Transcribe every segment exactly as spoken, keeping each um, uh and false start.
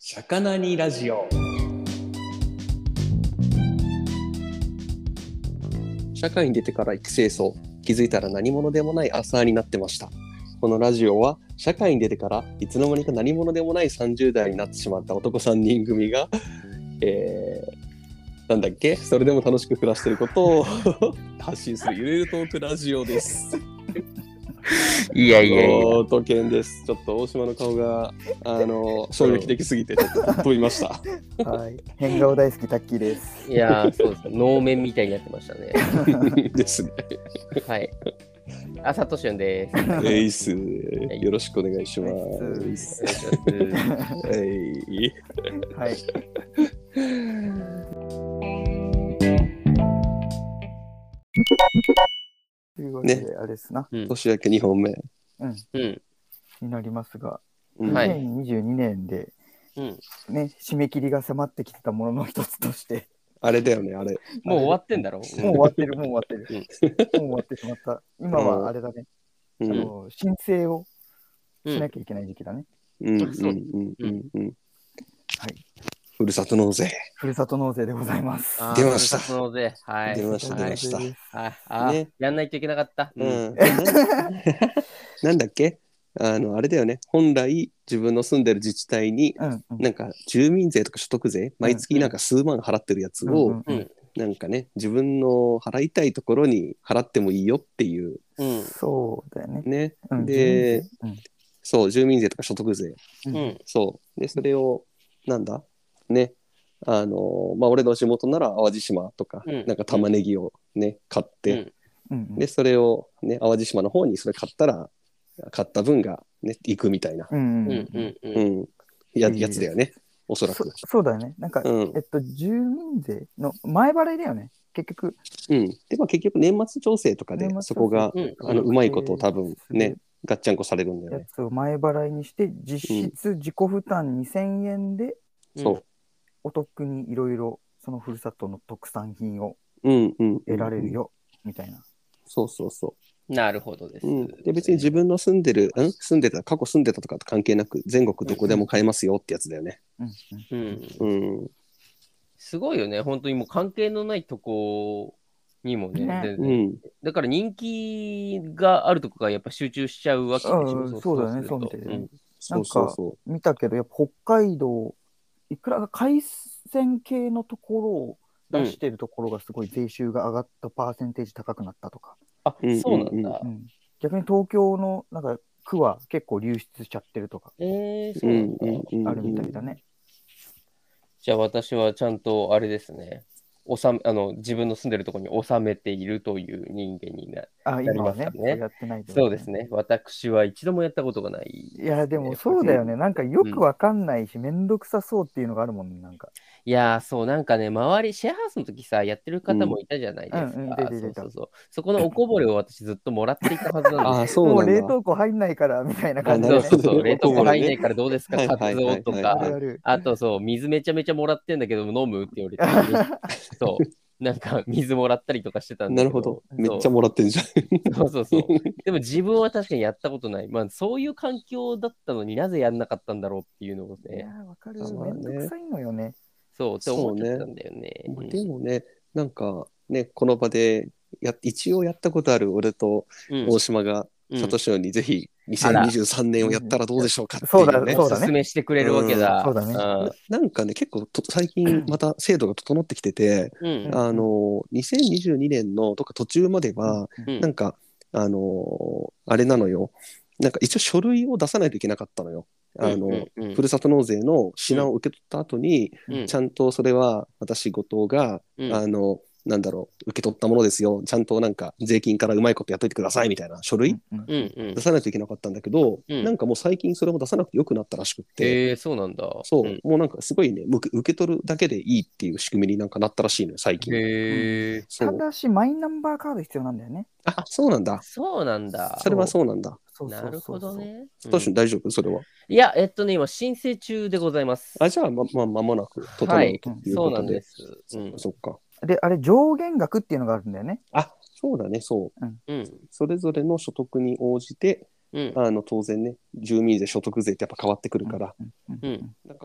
シャカナニラジオ。 社会に出てから育成層、気づいたら何者でもないアーサーになってました。このラジオは社会に出てからいつの間にか何者でもないさんじゅう代になってしまった男さんにん組が、えー、なんだっけそれでも楽しく暮らしていることを発信するゆるゆるトークラジオです。 いやいやいや。 とけんです。ちょっと大島の顔があの衝撃的すぎてちょっと飛びました。 はい、変顔大好きタッキーです。 いやそうです。能面みたいになってましたね。 ですね。 はい。あさとしゅんです。 エイス、よろしくお願いします。はい。 はい。というわけで、あれですな。 ね、年明けにほんめ。 うん。うん。になりますが、 うん、 にせんにじゅうにねんで、うん、ね、締め切りが迫ってきてたものの一つとして。 あれだよね、あれ。 もう終わってんだろ。 もう終わってる、もう終わってる。うん、もう終わってしまった。今はあれだね。うん、あの申請をしなきゃいけない時期だね。 うん、うん、うん、うん。はい。ふるさと納税。 ふるさと納税でございます。 出ました。 ふるさと納税。はい。 出ました、出ました。 はい。あ、ね、やんないといけなかった。 うん。なんだっけあの、あれだよね。本来、自分の住んでる自治体に、うんうん、なんか、住民税とか所得税、毎月なんか数万払ってるやつを、うんうん、なんかね、自分の払いたいところに払ってもいいよっていう。 うん、そうだよね。 ね。うん、で、うん、そう、住民税とか所得税。うん、そう。で、それを、なんだね。あの、まあ、俺の地元なら淡路島とか、うん、なんか玉ねぎをね、買って、うん、で、それをね、淡路島の方にそれ買ったら、買った分がね、行くみたいな、うんうんうん、や, やつだよね、おそらく。 そ, そうだよね。なんか、うん、えっと、住民税の前払いだよね、結局。 うん。で、まあ、結局、年末調整とかで、そこが、うん、あのうまいこと多分ね、ガッチャンコされるんだよね。 やつを前払いにして、実質自己負担にせんえんで、 そう。 お得にいろいろ、そのふるさとの特産品を得られるよ、みたいな。 そうそうそう。 なるほどです、うん、 で別に自分の住んでる、ん住んでた過去住んでたとかと関係なく全国どこでも買えますよってやつだよね。 うんうんうん、すごいよね本当にもう関係のないとこにもね、ね全然、うん、だから人気があるとこがやっぱ集中しちゃうわけでしょ。 そうだね、そうみたいだね。なんか見たけどやっぱ北海道いくらか海鮮系のところを出してるところがすごい税収が上がったパーセンテージ高くなったとか。 あ、そうなんだ、うん。 逆に東京のなんか区は結構流出しちゃってるとか、 えー、そうなんだ、あるみたいだね。 じゃあ私はちゃんとあれですね。収めあの自分の住んでるところに収めているという人間に な, あなりますかね。 そうやってないと、 ね。そうですね。私は一度もやったことがない、 ね。いや、でもそうだよね。なんかよくわかんないし、うん、めんどくさそうっていうのがあるもんね、なんか。 いやー、そう、なんかね、周り、シェアハウスの時さ、やってる方もいたじゃないですか。うんうん、そうそうそう。そこのおこぼれを私ずっともらっていたはずなんですよ。あ、そうなんだ。 もう冷凍庫入んないからみたいな感じで、ね。そうそうそう。冷凍庫入んないからどうですか、カツオとか。あとそう、水めちゃめちゃもらってんだけど飲むって言われて。そう。なんか水もらったりとかしてたんだけど。 なるほど。めっちゃもらってんじゃん。 そうそうそう。でも自分は確かにやったことない。まあそういう環境だったのになぜやんなかったんだろうっていうのをね。 いやー、わかる。めんどくさいのよね。 そうって思っちゃったんだよね。 ね、でもね、なんかね、この場でや一応やったことある俺と大島が、サトシオにぜひにせんにじゅうさんねんをやったらどうでしょうかっていうね。 おすすめしてくれるわけだ。 そうだね。 なんかね、結構と最近また制度が整ってきてて、うん、あの、にせんにじゅうにねんのとか途中までは、うん、なんか、あの、あれなのよ。なんか一応書類を出さないといけなかったのよ。あの、うんうんうん、ふるさと納税の品を受け取った後に、うん、ちゃんとそれは私後藤が、うん、あのなんだろう受け取ったものですよ、ちゃんとなんか税金からうまいことやっといてくださいみたいな書類、うんうん、出さないといけなかったんだけど、うん、なんかもう最近それも出さなくてよくなったらしくって、 へー、そうなんだ。 そう、うん、もうなんかすごいね受け取るだけでいいっていう仕組みになんかなったらしいのよ最近。 へー、 ただしマイナンバーカード必要なんだよね。 あ、そうなんだ。 そうなんだ。 それはそうなんだ。 そうそうそうそう、 なるほどね。 どうしよう、大丈夫それは。 いや、えっとね、今、申請中でございます。 あ、じゃあ、ま、ま、間もなく整うということで。はい、 そうなんです。 うん、そっか。 で、あれ、上限額っていうのがあるんだよね。 あ、そうだね、そう。うん、それぞれの所得に応じて、うん、あの当然ね、住民税、所得税ってやっぱ変わってくるから。うんうん、だから、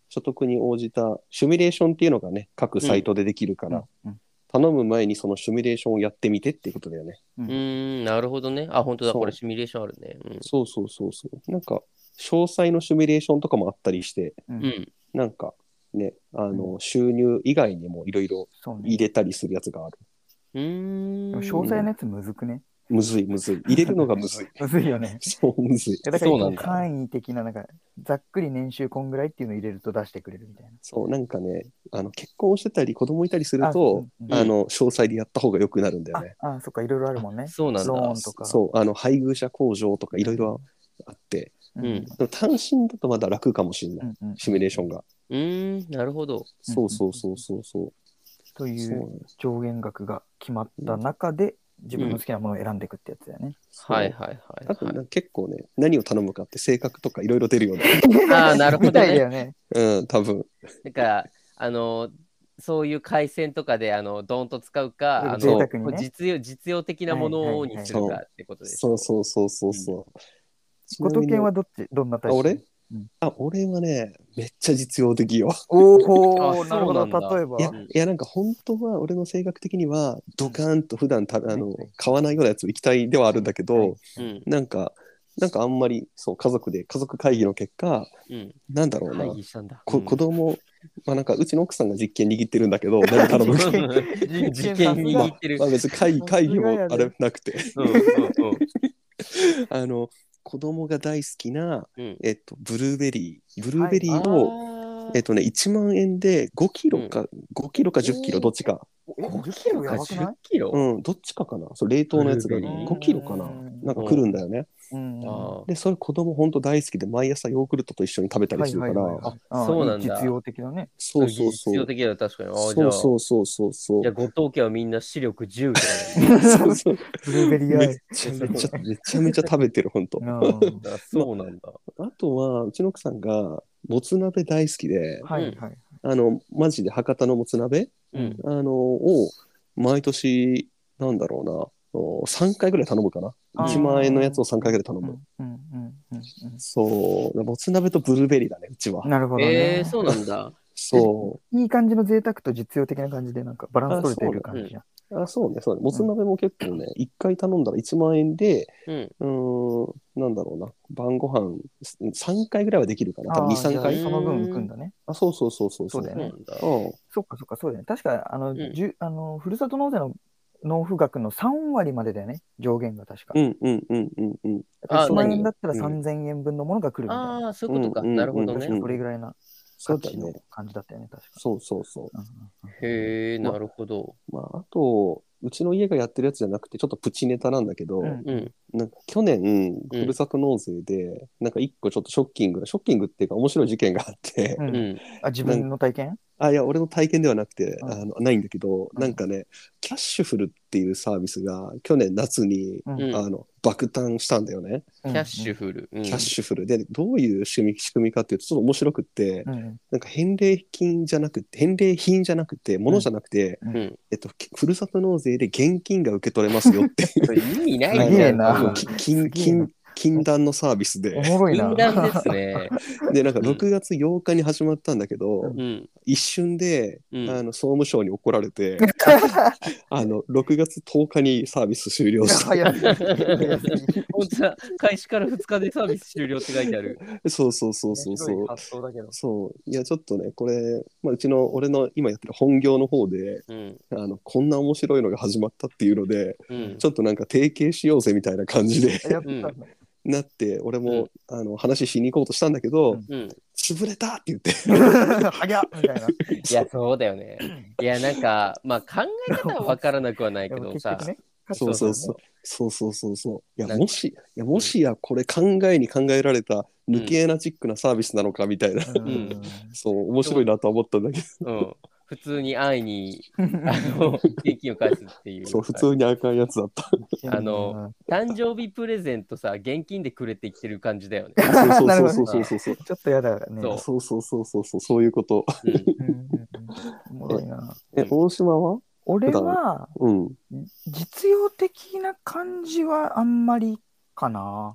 所得に応じたシミュレーションっていうのがね、各サイトでできるから、 うんうん頼む前にそのシミュレーションをやってみてっていうことだよね。 うーん、なるほどね。あ、本当だ、 そうこれシミュレーションあるね。うん。 そうそうそうそう。なんか、詳細のシミュレーションとかもあったりして、 ううんん。 なんかね、あの、 う収入以外にもいろいろそうね入れたりするやつがある。 うーん。 でも詳細なやつむずくね。 むずいむずい。入れるのがむずい。 むずいよね。 そう、むずい。 えだからそうなんだ簡易的な、なんか、ざっくり年収こんぐらいっていうのを入れると出してくれるみたいな。 そう、なんかね、あの結婚してたり子供いたりすると、 あうんあの、詳細でやった方が良くなるんだよね。 あ、あそっか、いろいろあるもんね。 そうなんだローンとか。 そう、あの、配偶者控除とかいろいろあって、 うん。 うんでも単身だとまだ楽かもしれない。 うんうんシミュレーションが。 うーん、なるほど。 そうそうそうそうそう。 といそうう上限額が決まった中で、自分の好きなものを選んでいくってやつだよね。 そうはいはいはい、 あとはい。 な結構ね、何を頼むかって性格とかいろいろ出るよね。 ああ、なるほみどね。 たいだよね。 うん、多分。 だから、あの、そういう回線とかで、あの、ドーンと使うか、あ贅の、 沢にね。 実用、実用的なものにするかってことでしょ。 そうそうそうそうそう。ちなごとみにけんはどっちどんなタイプあ俺、 うんあ、俺はね、めっちゃ実用的よ。 おお、 あなるほど。 そうなんだ例えばいや、 うんいやなんか本当は俺の性格的にはドカーンと普段た、あのはい買わないようなやつを行きたいではあるんだけど、 はいうん。 なんかなんかあんまりそう家族で家族会議の結果うん。 なんだろうな、 会議したんだ。 こうん子供まあなんかうちの奥さんが実験握ってるんだけど何頼むか実験握ってるま。あ別に会議会議もさすがやであれなくてうんうんあの子供が大好きな、 うんえっと、ブルーベリーブルーベリうん。 ーを、 あえっとね、いちまん円でごキロか、ごキロかじゅっキロどっちか、 え、ごキロやばく 10 ないキロうん、どっちかかな、そう冷凍のやつがブルーベリーごキロかな、 うんなんか来るんだよね。 うん。はあで、それ子供ほんと大好きで、毎朝ヨーグルトと一緒に食べたりするから、 いはいはいはい。あそうなんだ実用的だね。 そうそうそう。 実用的だよ、確かに。ああ、じそうゃあ、 そうそうそうそう。 じゃあ、後藤家はみんな視力じゅうとかね。 そうそうブルーベリーアめっイ。 ちゃめちゃめちゃめちゃ食べてる、ほんと。 うんあそうなんだ。 あとは、うちの奥さんが、もつ鍋大好きで、 はいはい。 あの、マジで博多のもつ鍋、 うん。 あの、を、毎年、なんだろうな、さんかいぐらい頼むかな。 あーいちまん円のやつをさんかいぐらい頼む。 うんうんうんうんそう、もつ鍋とブルーベリーだね、うちはうん。。なるほどね。 えー、そうなんだ。 そう。 いい感じの贅沢と実用的な感じで、なんかバランス取れている感じじゃん。 あ、そうね、そうね。もつ鍋も結構ね、いっかい頼んだらいちまん円で、 うん。 うーん、なんだろうな、晩ご飯さんかいぐらいはできるかな。多分に、 あーさんかい。 じゃあその分浮くんだね。 あ、そうそうそうそう。 そうだよねなんだ。 うん。 そっかそっか、そうだよね。確か、あの、 んじゅあのふるさと納税の納付額のさん割までだよね、上限が確か。 うんうんうんうんうん。 あいちまん円だったら何さんぜんえん分のものが来るみたいな。 ああ、そういうことか。 うんなるほどねうんうん。 確かそれぐらいなそうだ価値のね。 感じだったよね、確か。 そうそうそう。 うんうんへえ、 まなるほど。 まあ、あと、うちの家がやってるやつじゃなくて、ちょっとプチネタなんだけど、 うんうん。 なんか去年、ふるさと納税で、なんか一個ちょっとショッキングな、ショッキングっていうか面白い事件があって、 うんうん。 あ、自分の体験あ、いや、俺の体験ではなくて、 うんあのないんだけど、 うんなんかね、キャッシュフルっていうサービスが去年夏に、 うんうんあの爆誕したんだよね。 キャッシュフル。 キャッシュフルで、どういう仕組み仕組みかっていうと、ちょっと面白くって、 うんうんなんか返礼金じゃなくて、返礼品じゃなくて、物じゃなくて、 うんうん。 えっと、ふるさと納税で現金が受け取れますよっていうそれ意味ないすじゃん。 げえなうんき金すげえな金禁断のサービスおで、 もろいな。 禁断ですね。 で、なんかうんろくがつようかに始まったんだけど、 うん。 一瞬で、 うんあの総務省に怒られて、あのろくがつとおかにサービス終了した。 早すぎ早すぎ本当だ。開始からふつかでサービス終了って書いてある。 そうそうそうそうそ面白いう発想だけど。 そう。いや、ちょっとね、これ、まあ、うちの、俺の今やってる本業の方で、 うん。 あの、こんな面白いのが始まったっていうので、 うん。 ちょっとなんか提携しようぜみたいな感じでやったんだ。 なって、俺も、あの話しに行こうとしたんだけど、 うんうん。 潰れたって言って。 早っみたいな。 いや、そうだよね。いや、なんか、まあ考え方は分からなくはないけでもどさ。 結局ね。 そうそうそう。そうそうそうそう。いや、もし、いや、もしやこれ考えに考えられた抜け穴チックなサービスなのかみたいな、 うんうんそう、面白いなとは思ったんだけど、 うん。普通に安易に、あの、現金を返すっていう。 そう、普通にあかんやつだった。 あの、誕生日プレゼントさ、現金でくれって言ってる感じだよね。 そうなるほどそうそうそうそうそう。 ちょっとやだね。 そうそうそうそうそうそう、そういうこと。 うん。 うんうんうんおもろいな。 え、大島は俺は、 うん。 実用的な感じはあんまりかな。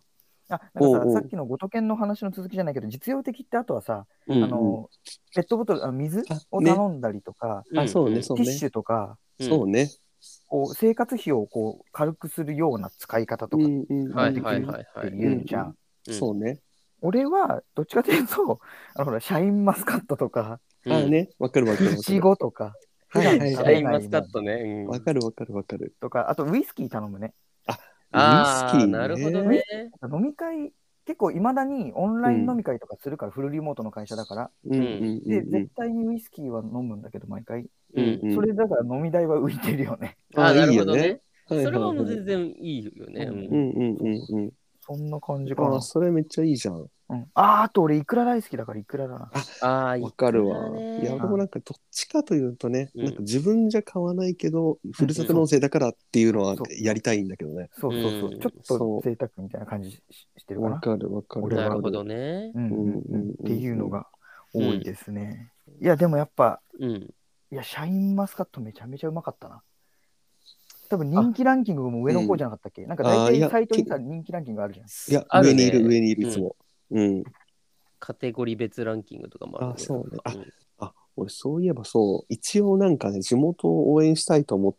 あ、なんかさ、さっきのごとけんの話の続きじゃないけど、実用的ってあとはさ、あの、ペットボトル、あ水を頼んだりとか、 あ、そうね、そうね。 ティッシュとか、 そうね。 こう生活費をこう軽くするような使い方とかができるっていうじゃん。 そうね。 俺はどっちかというと、あのほらシャインマスカットとか、 ああね、わかるわかる。 いちごとか、 シャインマスカットね。 わかるわかるわかる。 とか、あとウイスキー頼むね。 あ、ウイスキーね。なるほどね。 飲み会、結構いまだにオンライン飲み会とかするから、フルリモートの会社だから。で、絶対にウイスキーは飲むんだけど、毎回。それだから飲み代は浮いてるよね。 ああ、なるほどね。それはもう全然いいよね。うんうんうんうん。 そんな感じかな。 あ、それめっちゃいいじゃん。 うん、ああと俺イクラ大好きだからイクラだな。 ああ、わかるわ。いや、俺もなんかどっちかというとね、なんか自分じゃ買わないけど、ふるさと納税だからっていうのはやりたいんだけどね。 そうそうそう。ちょっと贅沢みたいな感じしてるかな。 わかるわかる。 なるほどね。 っていうのが多いですね。いや、でもやっぱ、いや、シャインマスカットめちゃめちゃうまかったな。多分人気ランキングも上の方じゃなかったっけ？なんか大体サイトにさ人気ランキングあるじゃん。 いや、上にいる、上にいる、いつも。うん。 カテゴリー別ランキングとかもある。 あ、そうね。あ、あ、俺そういえばそう、一応なんかね、地元を応援したいと思って、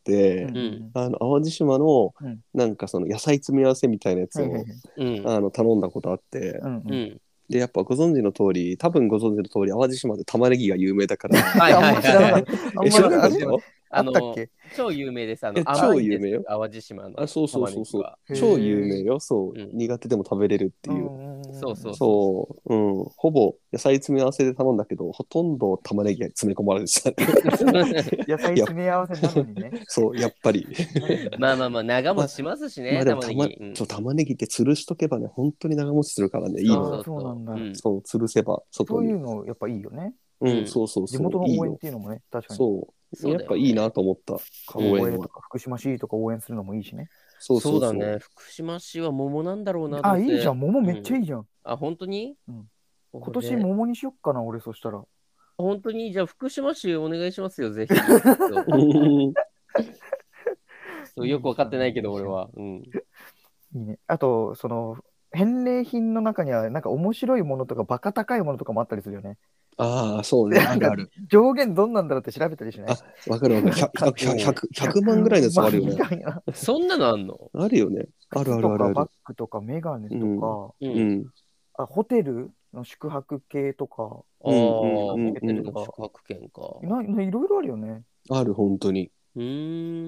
あの、淡路島の、なんかその野菜詰め合わせみたいなやつを、あの、頼んだことあって、で、やっぱご存知の通り、多分ご存知の通り、淡路島で玉ねぎが有名だから。 はいはいはい。 え、知らなかった？ あの、超有名です。あの、超有名よ。淡路島の。 あ、そうそうそうそう。超有名よ。そう。苦手でも食べれるっていう。 そうそうそう。うん。ほぼ野菜詰め合わせで頼んだけど、ほとんど玉ねぎが詰め込まれてた。 野菜詰め合わせなのにね。 そう、やっぱり。 まあまあまあ、長持ちしますしね。 まあでも玉ねぎ。そう、玉ねぎって吊るしとけばね、本当に長持ちするからね、いいの。 そうなんだ。 そう、吊るせば、 そういうのやっぱいいよね。 うん、そうそうそう。 地元の応援っていうのもね、確かに。 そう。やっぱいいなと思った。 応援とか福島市とか応援するのもいいしね。 そうそうだね。福島市は桃なんだろうな。 あ、いいじゃん。桃めっちゃいいじゃん。 あ、本当に？ 今年桃にしよっかな、俺そしたら。 本当に？じゃあ福島市お願いしますよ、ぜひ。そうよく分かってないけど、俺は。 いいね。あと、その、返礼品の中には、なんか面白いものとか、バカ高いものとかもあったりするよね。 ああ、そうね。あるある。 上限どんなんだろうって調べたりしない？ あ、わかるわかる。ひゃくまんぐらいのやつあるよね。 そんなのあんの？ あるよね。あるあるあるある。 バッグとかメガネとか、あ、ホテルの宿泊系とか。 ああ、ホテルの宿泊券か。 いろいろあるよね。 ある、本当に。 うん。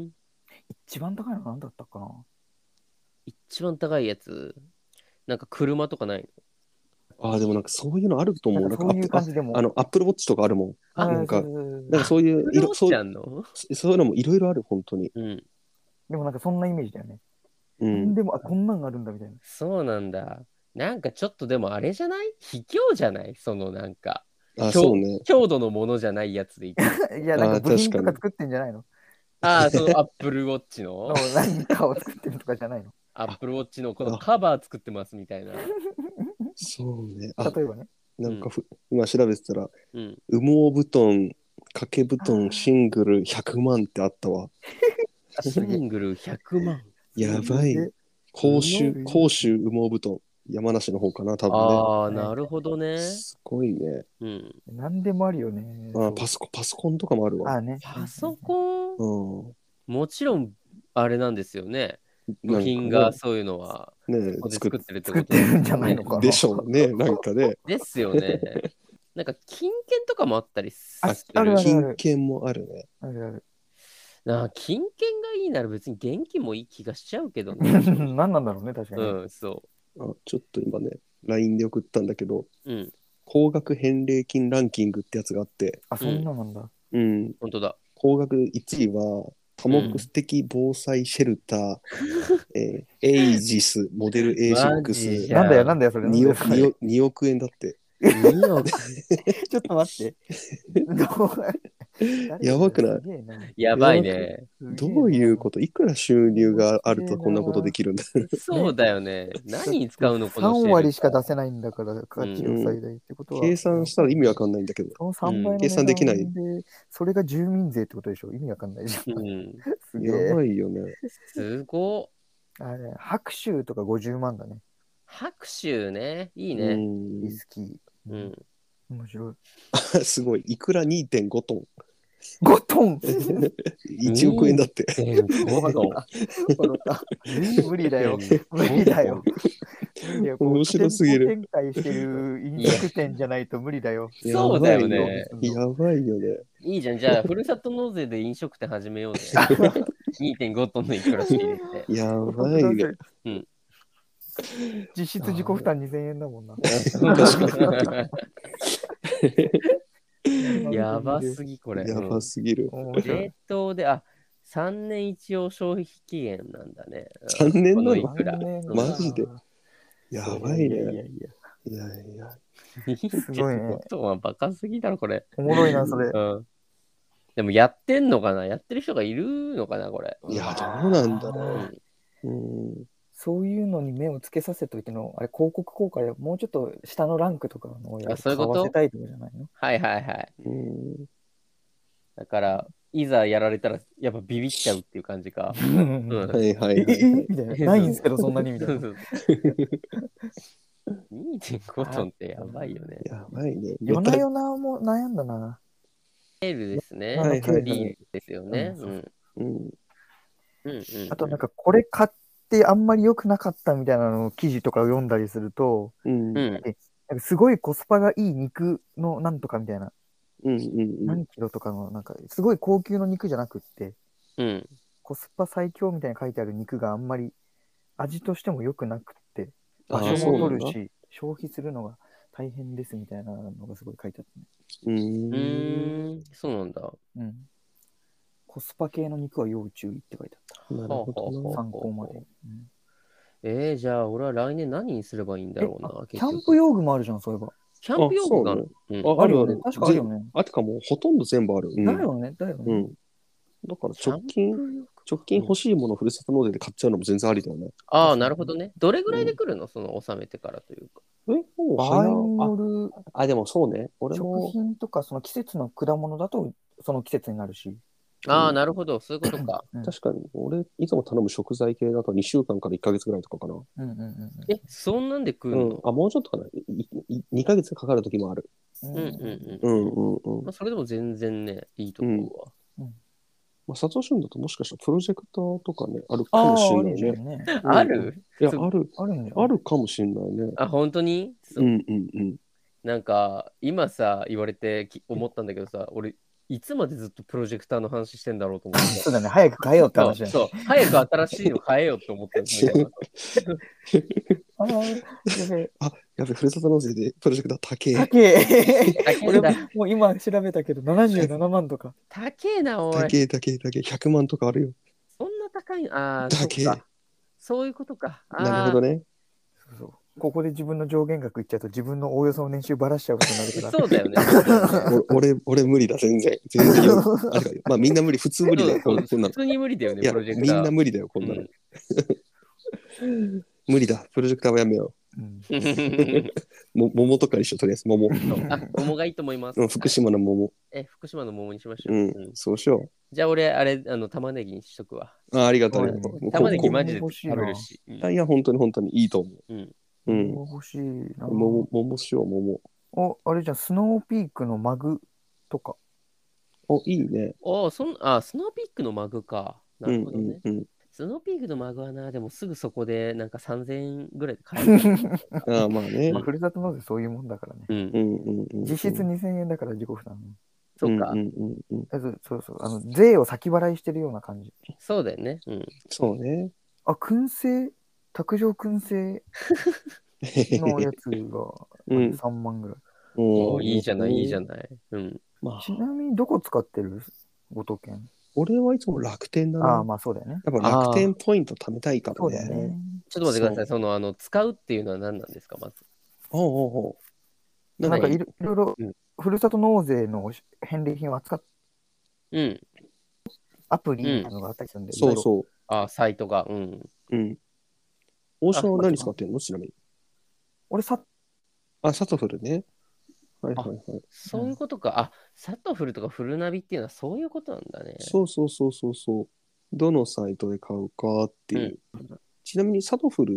一番高いのなんだったかな？ 一番高いやつ。なんか車とかないの？ ああ、でもなんかそういうのあると思う。 そういう感じでも。 あの、アップルウォッチとかあるもん。なんか、なんかそういう、 そうそういうのもいろいろある、本当に。 うん。 でもなんかそんなイメージだよね。うん。でも、あ、こんなんあるんだみたいな。 そうなんだ。なんかちょっとでもあれじゃない？卑怯じゃない？そのなんか。 あ、そうね。 強度のものじゃないやつでいく。 いや、なんか部品とか作ってんじゃないの？ ああ、そのアップルウォッチの何かを作ってるとかじゃないの？ アップルウォッチのこのカバー作ってますみたいな。 そうね。 例えばね。 なんかふ、今調べてたら、羽毛布団、掛け布団、シングルひゃくまんってあったわ。 シングルひゃくまん。 やばい。甲州、甲州羽毛布団。山梨の方かな、多分ね。 ああ、なるほどね。 すごいね。 うん。 何でもあるよね。 あ、パソコン、パソコンとかもあるわ。 あね。 パソコンうん。 もちろん、あれなんですよね。部品がそういうのは、 ね、 作ってるってことるんじゃないのかな。 でしょうね、なんかね。 ですよね。なんか、金券とかもあったりする。金券もあるね。 あるある。 なあ、金券がいいなら別に現金もいい気がしちゃうけどね。 何なんだろうね、確かに。 うん、そう。 あ、ちょっと今ね、ライン で送ったんだけど、 うん。 高額返礼金ランキングってやつがあって。 あ、そんななんだ。 うん。 本当だ。 高額いちいは、多目的防災シェルター、うんえー、エイジス、モデル エーシックス。 なんだよ、なんだよ、それ。 におく、におく、におくえんだって。 におくちょっと待って。 やばくない？ やばいね。 どういうこと？いくら収入があるとこんなことできるんだ？ そうだよね。何に使うのこのさんわりしか出せないんだから、価値が最大ってことは。 計算したら意味わかんないんだけど。 そのさんばいの計算できない。 それが住民税ってことでしょ？意味わかんないじゃん。 やばいよね。 すごっ。あれ、白州とかごじゅうまんだね。 白州ね。いいね。 ウイスキー。 うん。 面白い。 すごい。いくら にてんご トン。 ごトンいちおくえんだって。 ごトン。 無理だよ。無理だよ。 面白すぎる。 展開してる飲食店じゃないと無理だよ。 そうだよね。 やばいよね。 いいじゃん。じゃあ、ふるさと納税で飲食店始めようぜ。にてんご トンのいくらして入れて。 やばいね。 うん。 実質自己負担にせんえんだもんな。 やばすぎ、これ。 やばすぎる。 冷凍で、あ、さんねん一応消費期限なんだね。 さんねんなのいくらマジで。やばいね。いやいや。いやいや。 すごいね。バカすぎだろ、これ。 おもろいな、それ。 うん。でもやってんのかなやってる人がいるのかなこれ。 いや、どうなんだろう。うん。 そういうのに目をつけさせといての、あれ、広告効果でもうちょっと下のランクとかのやつ買わせたいとかじゃないの？ はいはいはい。 うん。 だから、いざやられたら、やっぱビビっちゃうっていう感じか。 うん、はいはい。えー、みたいな。ないんですけど、そんなにみたいな。 にてんご トンってやばいよね。 やばいね。 夜な夜なも悩んだな。 ケールですね。 はいはい、 いいですよね。うん。 あとなんかこれ買ってあんまり良くなかったみたいなの記事とかを読んだりすると、うん、なんかすごいコスパがいい肉のなんとかみたいな、うんうんうん、何キロとかのなんかすごい高級の肉じゃなくって、うん、コスパ最強みたいに書いてある肉があんまり味としても良くなくって、場所も取るし消費するのが大変ですみたいなのがすごい書いてあったね。 うーん、そうなんだ。 うん。コスパ系の肉は要注意って書いてあった。 なるほどな。 参考まで。うん、 えー、じゃあ俺は来年何にすればいいんだろうな。 キャンプ用具もあるじゃん、そういえば。 キャンプ用具がある、 うん、あるある。 確かあるよね。 あとかもうほとんど全部ある。 うん、だよね、だよね。うん。 だから直近、直近欲しいものをふるさと納税で買っちゃうのも全然ありだよね。 ああ、なるほどね。どれぐらいで来るの、うん、その納めてからというか。 え、もう場合による。 あ、でもそうね。俺も。 食品とかその季節の果物だとその季節になるし。 ああ、なるほど。そういうことか。 うん、確かに。俺、いつも頼む食材系だとにしゅうかんからいっかげつぐらいとかかな。 うんうんうん、 え、そんなんで食うの、うん、 あ、もうちょっとかな。にかげつかかる時もある。 うんうんうん。うんうんうん。まあ、それでも全然ね、いいと思うわ。うんうんまあ、佐藤俊だともしかしたらプロジェクターとかね、あるかもしれないね。 ねうん、あるいや、ある、ある、あるかもしれないね。 あ、本当にうんうんうん。 なんか、今さ、言われて思ったんだけどさ、俺、いつまでずっとプロジェクターの話してんだろうと思って。 そうだね、早く買えよって話だよ。そう、早く新しいの買えよって思ってるんですよ。 あ、やべ、ふるさと納税でプロジェクター高え。 高え。俺もう今調べたけどななじゅうななまんとか。 高えな、おい。 高え、高え、高え。ひゃくまんとかあるよ。 そんな高いああ、 高え。 そういうことか。 なるほどね。 そうそう。ここで自分の上限額いっちゃうと自分のおおよその年収ばらしちゃうことになるから。 そうだよね。 俺、俺無理だ、全然。全然よ。あまあみんな無理、普通無理だよ。こんな普通に無理だよね、プロジェクター。みんな無理だよ、こんなの。うん、無理だ、プロジェクターはやめよう。うん、も桃とかにしよう、とりあえず桃。 あ、桃がいいと思います。 うん、福島の桃。 え、福島の桃にしましょう。 うん、うん、そうしよう。 じゃあ俺、あれ、あの、玉ねぎにしとくわ。 あ、ありがとう、ありがとう。 玉ねぎマジで食べるし。 いや、本当に本当にいいと思う。 うん。うん、欲しいな。 桃、桃しよう、桃。 お、あれじゃん、スノーピークのマグとか。 お、いいね。 お、そん、あ、スノーピークのマグか。なるほどね。うんうんうん、スノーピークのマグはな、でもすぐそこでなんかさんぜんえんぐらいで買える。 ああ、まあね。まあ、 ふるさと納税そういうもんだからね。うんうんうん、実質にせんえんだから自己負担。 そうか。 そうそう。あの、税を先払いしてるような感じ。 そうだよね。うん。 そうね。 あ、燻製、卓上燻製のやつがさんまんぐらい。 おいいじゃない、いいじゃない。うん。 まあ、ちなみにどこ使ってるごとけん？ 俺はいつも楽天だな。 ああ、まあそうだよね。 やっぱ楽天ポイント貯めたいからね。ねちょっと待ってください。その、あの、使うっていうのは何なんですか、まず。 おうおうおう。なんかいろいろ、ふるさと納税の返礼品を扱って、うん。アプリみたいなのがあったりするんで、 そうそう。 あ、サイトが。うん。 うん。大島は何使ってんのちなみに。 俺、さ、 あ、サトフルね。はいはいはい。 そういうことか。あ、サトフルとかフルナビっていうのはそういうことなんだね。 そうそうそうそうそう。どのサイトで買うかっていう。うん、ちなみにサトフル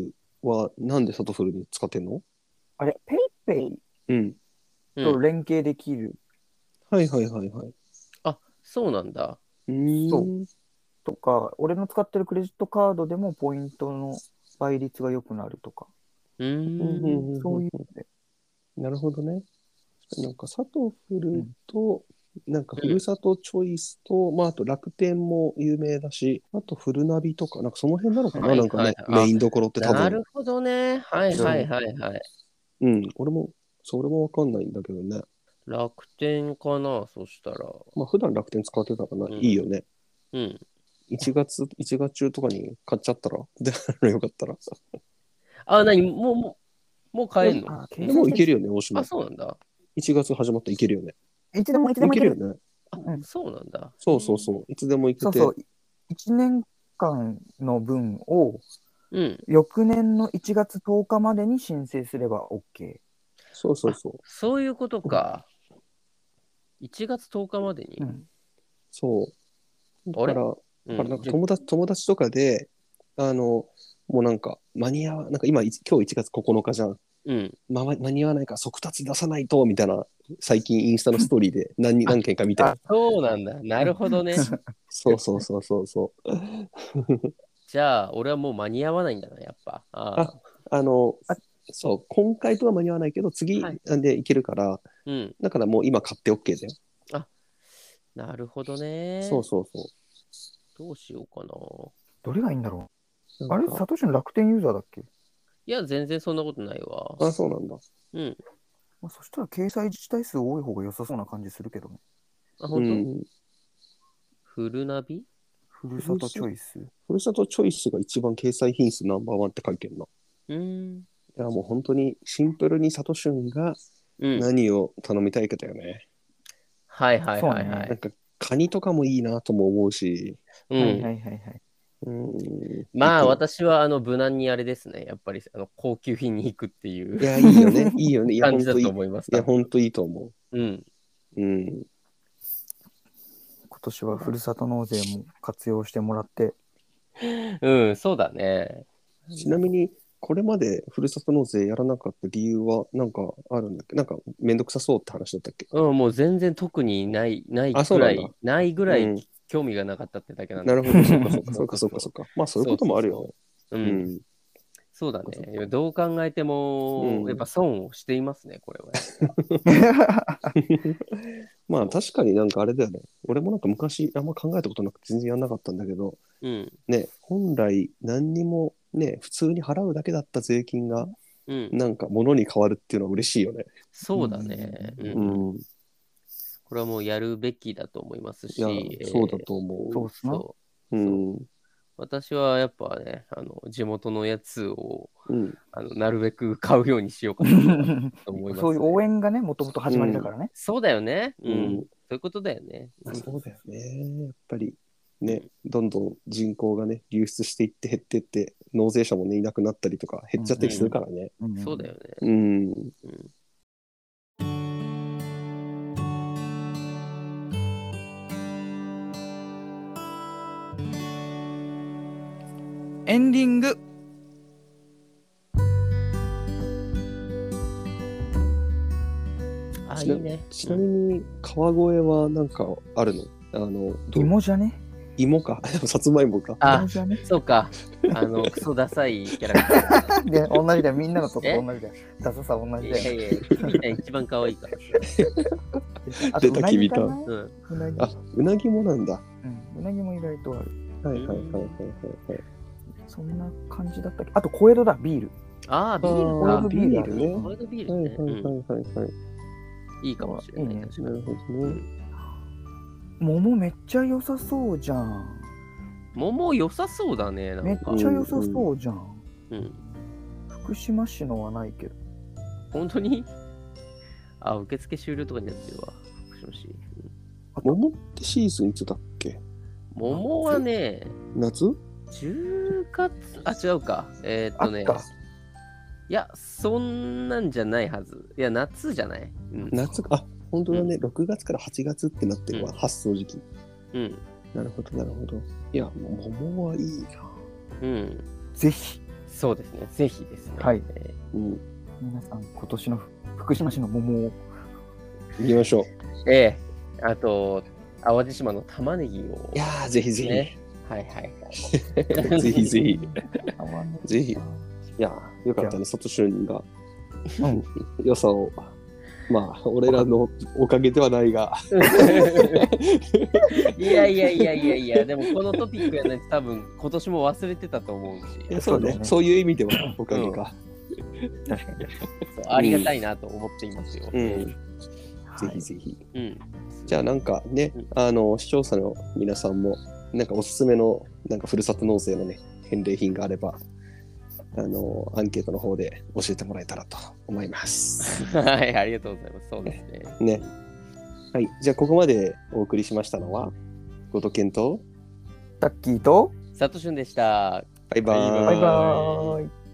はなんでサトフルに使ってんの？ あれ、ペイペイうん。 と連携できる。 はいはいはいはい。 あ、そうなんだ。 うーん。 そう。とか、俺の使ってるクレジットカードでもポイントの倍率が良くなるとか。 うーん。 そういうので。 なるほどね。なんかサトフルと、うん、なんかふるさとチョイスと、うん、まああと楽天も有名だし、あとフルナビとか、なんかその辺なのかな、はいはいはい、なんかね、メインどころって多分。 なるほどね。はいはいはいはい。 うん、俺も、それもわかんないんだけどね。 楽天かな、そしたら。 まあ普段楽天使ってたからな、うん、いいよね。 うん。 いちがつ、いちがつ中とかに買っちゃったら、で、よかったら。 あ、なに、もう、もう、もう買えんの？ もういけるよね、大島。 あ、そうなんだ。 いちがつ始まったらいけるよね。 いつでもいつでもいけるよね。 あ、そうなんだ。 そうそうそう。いつでもいけて。 そうそう。いちねんかんの分を、 うん、 翌年のいちがつとおかまでに申請すれば OK。 そうそうそう。 そういうことか。いちがつとおかまでに。うん、 そう。だから、だからなんか友達、友達とかで、あの、もうなんか間に合わ、なんか今、今日いちがつここのかじゃん。うん、ま、間に合わないから速達出さないとみたいな、最近インスタのストーリーで何何件か見てる。 そうなんだ。なるほどね。 そうそうそうそうそう。 じゃあ、俺はもう間に合わないんだな、やっぱ。ああ、あの、あそう、今回とは間に合わないけど、次でいけるから、はい、うん、だからもう今買って OK だよ。 あ、なるほどね。 そうそうそう。 どうしようかな。 どれがいいんだろう。あれ、サトシの楽天ユーザーだっけ？ いや、全然そんなことないわ。 あ、そうなんだ。 うん。 まあ、そしたら掲載自治体数多い方が良さそうな感じするけどね。 あ、本当？うん、フルナビ？ ふるさとチョイス。 ふるさとチョイスが一番掲載品数ナンバーワンって書いてるな。 うん。 いや、もう本当にシンプルにサトシュンが何を頼みたいかだよね。うん、 はいはいはいはい。 なんかカニとかもいいなとも思うし。 うん、 はいはいはいはい。 うん、 まあ私はあの無難にあれですね、やっぱりあの高級品に行くっていう。 いや、いいよね、いいよね。いや、 感じだと思います。 いや、本当いいと思う。うん。 うん。 今年はふるさと納税も活用してもらって。 うん、そうだね。 ちなみに、これまでふるさと納税やらなかった理由はなんかあるんだっけ？なんかめんどくさそうって話だったっけ？ うん、もう全然特にない、ないぐらい、ないぐらい興味がなかったってだけなんだ。 なるほど、そっかそっかそっかそっかそっか。まあそういうこともあるよ。 うん。そうだね。どう考えても、やっぱ損をしていますね、これは。 まあ確かになんかあれだよね。俺もなんか昔あんま考えたことなくて全然やんなかったんだけど、うん、ね、本来何にもね、普通に払うだけだった税金が、うん、なんか物に変わるっていうのは嬉しいよね。 そうだね。うん。うん、これはもうやるべきだと思いますし。いや、そうだと思う。 そうそう。 うん。 私はやっぱね、あの地元のやつを、うん、あのなるべく買うようにしようかなと思います、ね。 そういう応援がね、もともと始まりだからね、うん。 そうだよね。うん。うん、そういうことだよね。 そうだよね。やっぱりね、どんどん人口がね、流出していって減っていって、納税者もね、いなくなったりとか減っちゃったりするからね。 うんうん、そうだよね。 うん。うんエンディング。 あ、いいね。 ちなみに川越はなんかあるの？あの芋じゃね？ 芋か。さつまいもか。 あ、ね、そうか。あのクソダサいキャラクター。 で、同じだよ。みんなのとこ同じだよ。ダサさ同じだよ。 いやいや、君た一番可愛いから。 出た君と。うん。あ、うなぎもなんだ。 うん。うなぎも意外とある。 はいはいはいはいはい。 そんな感じだったっけ？あと小江戸だ、ビール。 ああ、ビールか。小江戸ビールね。 小江戸ビールね。 はいはいはいはいはい。 いいかもしれない。 なるほどね。 桃めっちゃ良さそうじゃん。 桃良さそうだね。 めっちゃ良さそうじゃん。うん。福島市のはないけど。 本当に？あ、受付終了とかになってるわ。福島市。 桃ってシーズンいつだっけ？ 桃はね、 夏？ じゅうがつ、あ、違うか。えー、っとね。いや、そんなんじゃないはず。いや、夏じゃない。 うん、夏か。あ、本当だね、うん。ろくがつからはちがつってなってるわ、うん、発送時期。うん。なるほど、なるほど。いや、桃はいいな。 うん。 ぜひ。 そうですね。ぜひですね。 はい。 えー、うん、 皆さん、今年の福島市の桃を行きましょう。ええー、あと、淡路島の玉ねぎを、ね。 いやー、ぜひぜひ。はいはいはい。 ぜひぜひ。ぜひ。いや、よかったね、サトシュンが。うん、良さを。まあ、俺らのおかげではないが。 いやいやいやいやいや、でもこのトピックやね、多分今年も忘れてたと思うし。 いやそうね、そういう意味ではおかげか。 うん、確かにありがたいなと思っていますよ。 うんうん、ぜひぜひ。うん、じゃあなんかね、あの視聴者の皆さんもなんかおすすめのなんかふるさと納税のね返礼品があれば。あのアンケートの方で教えてもらえたらと思います。 はい、ありがとうございます。そうですね。ね。はい、じゃあここまでお送りしましたのは、ごとけんと、 タッキーと、 サトシュンでした。 バイバーイ。 バイバーイ。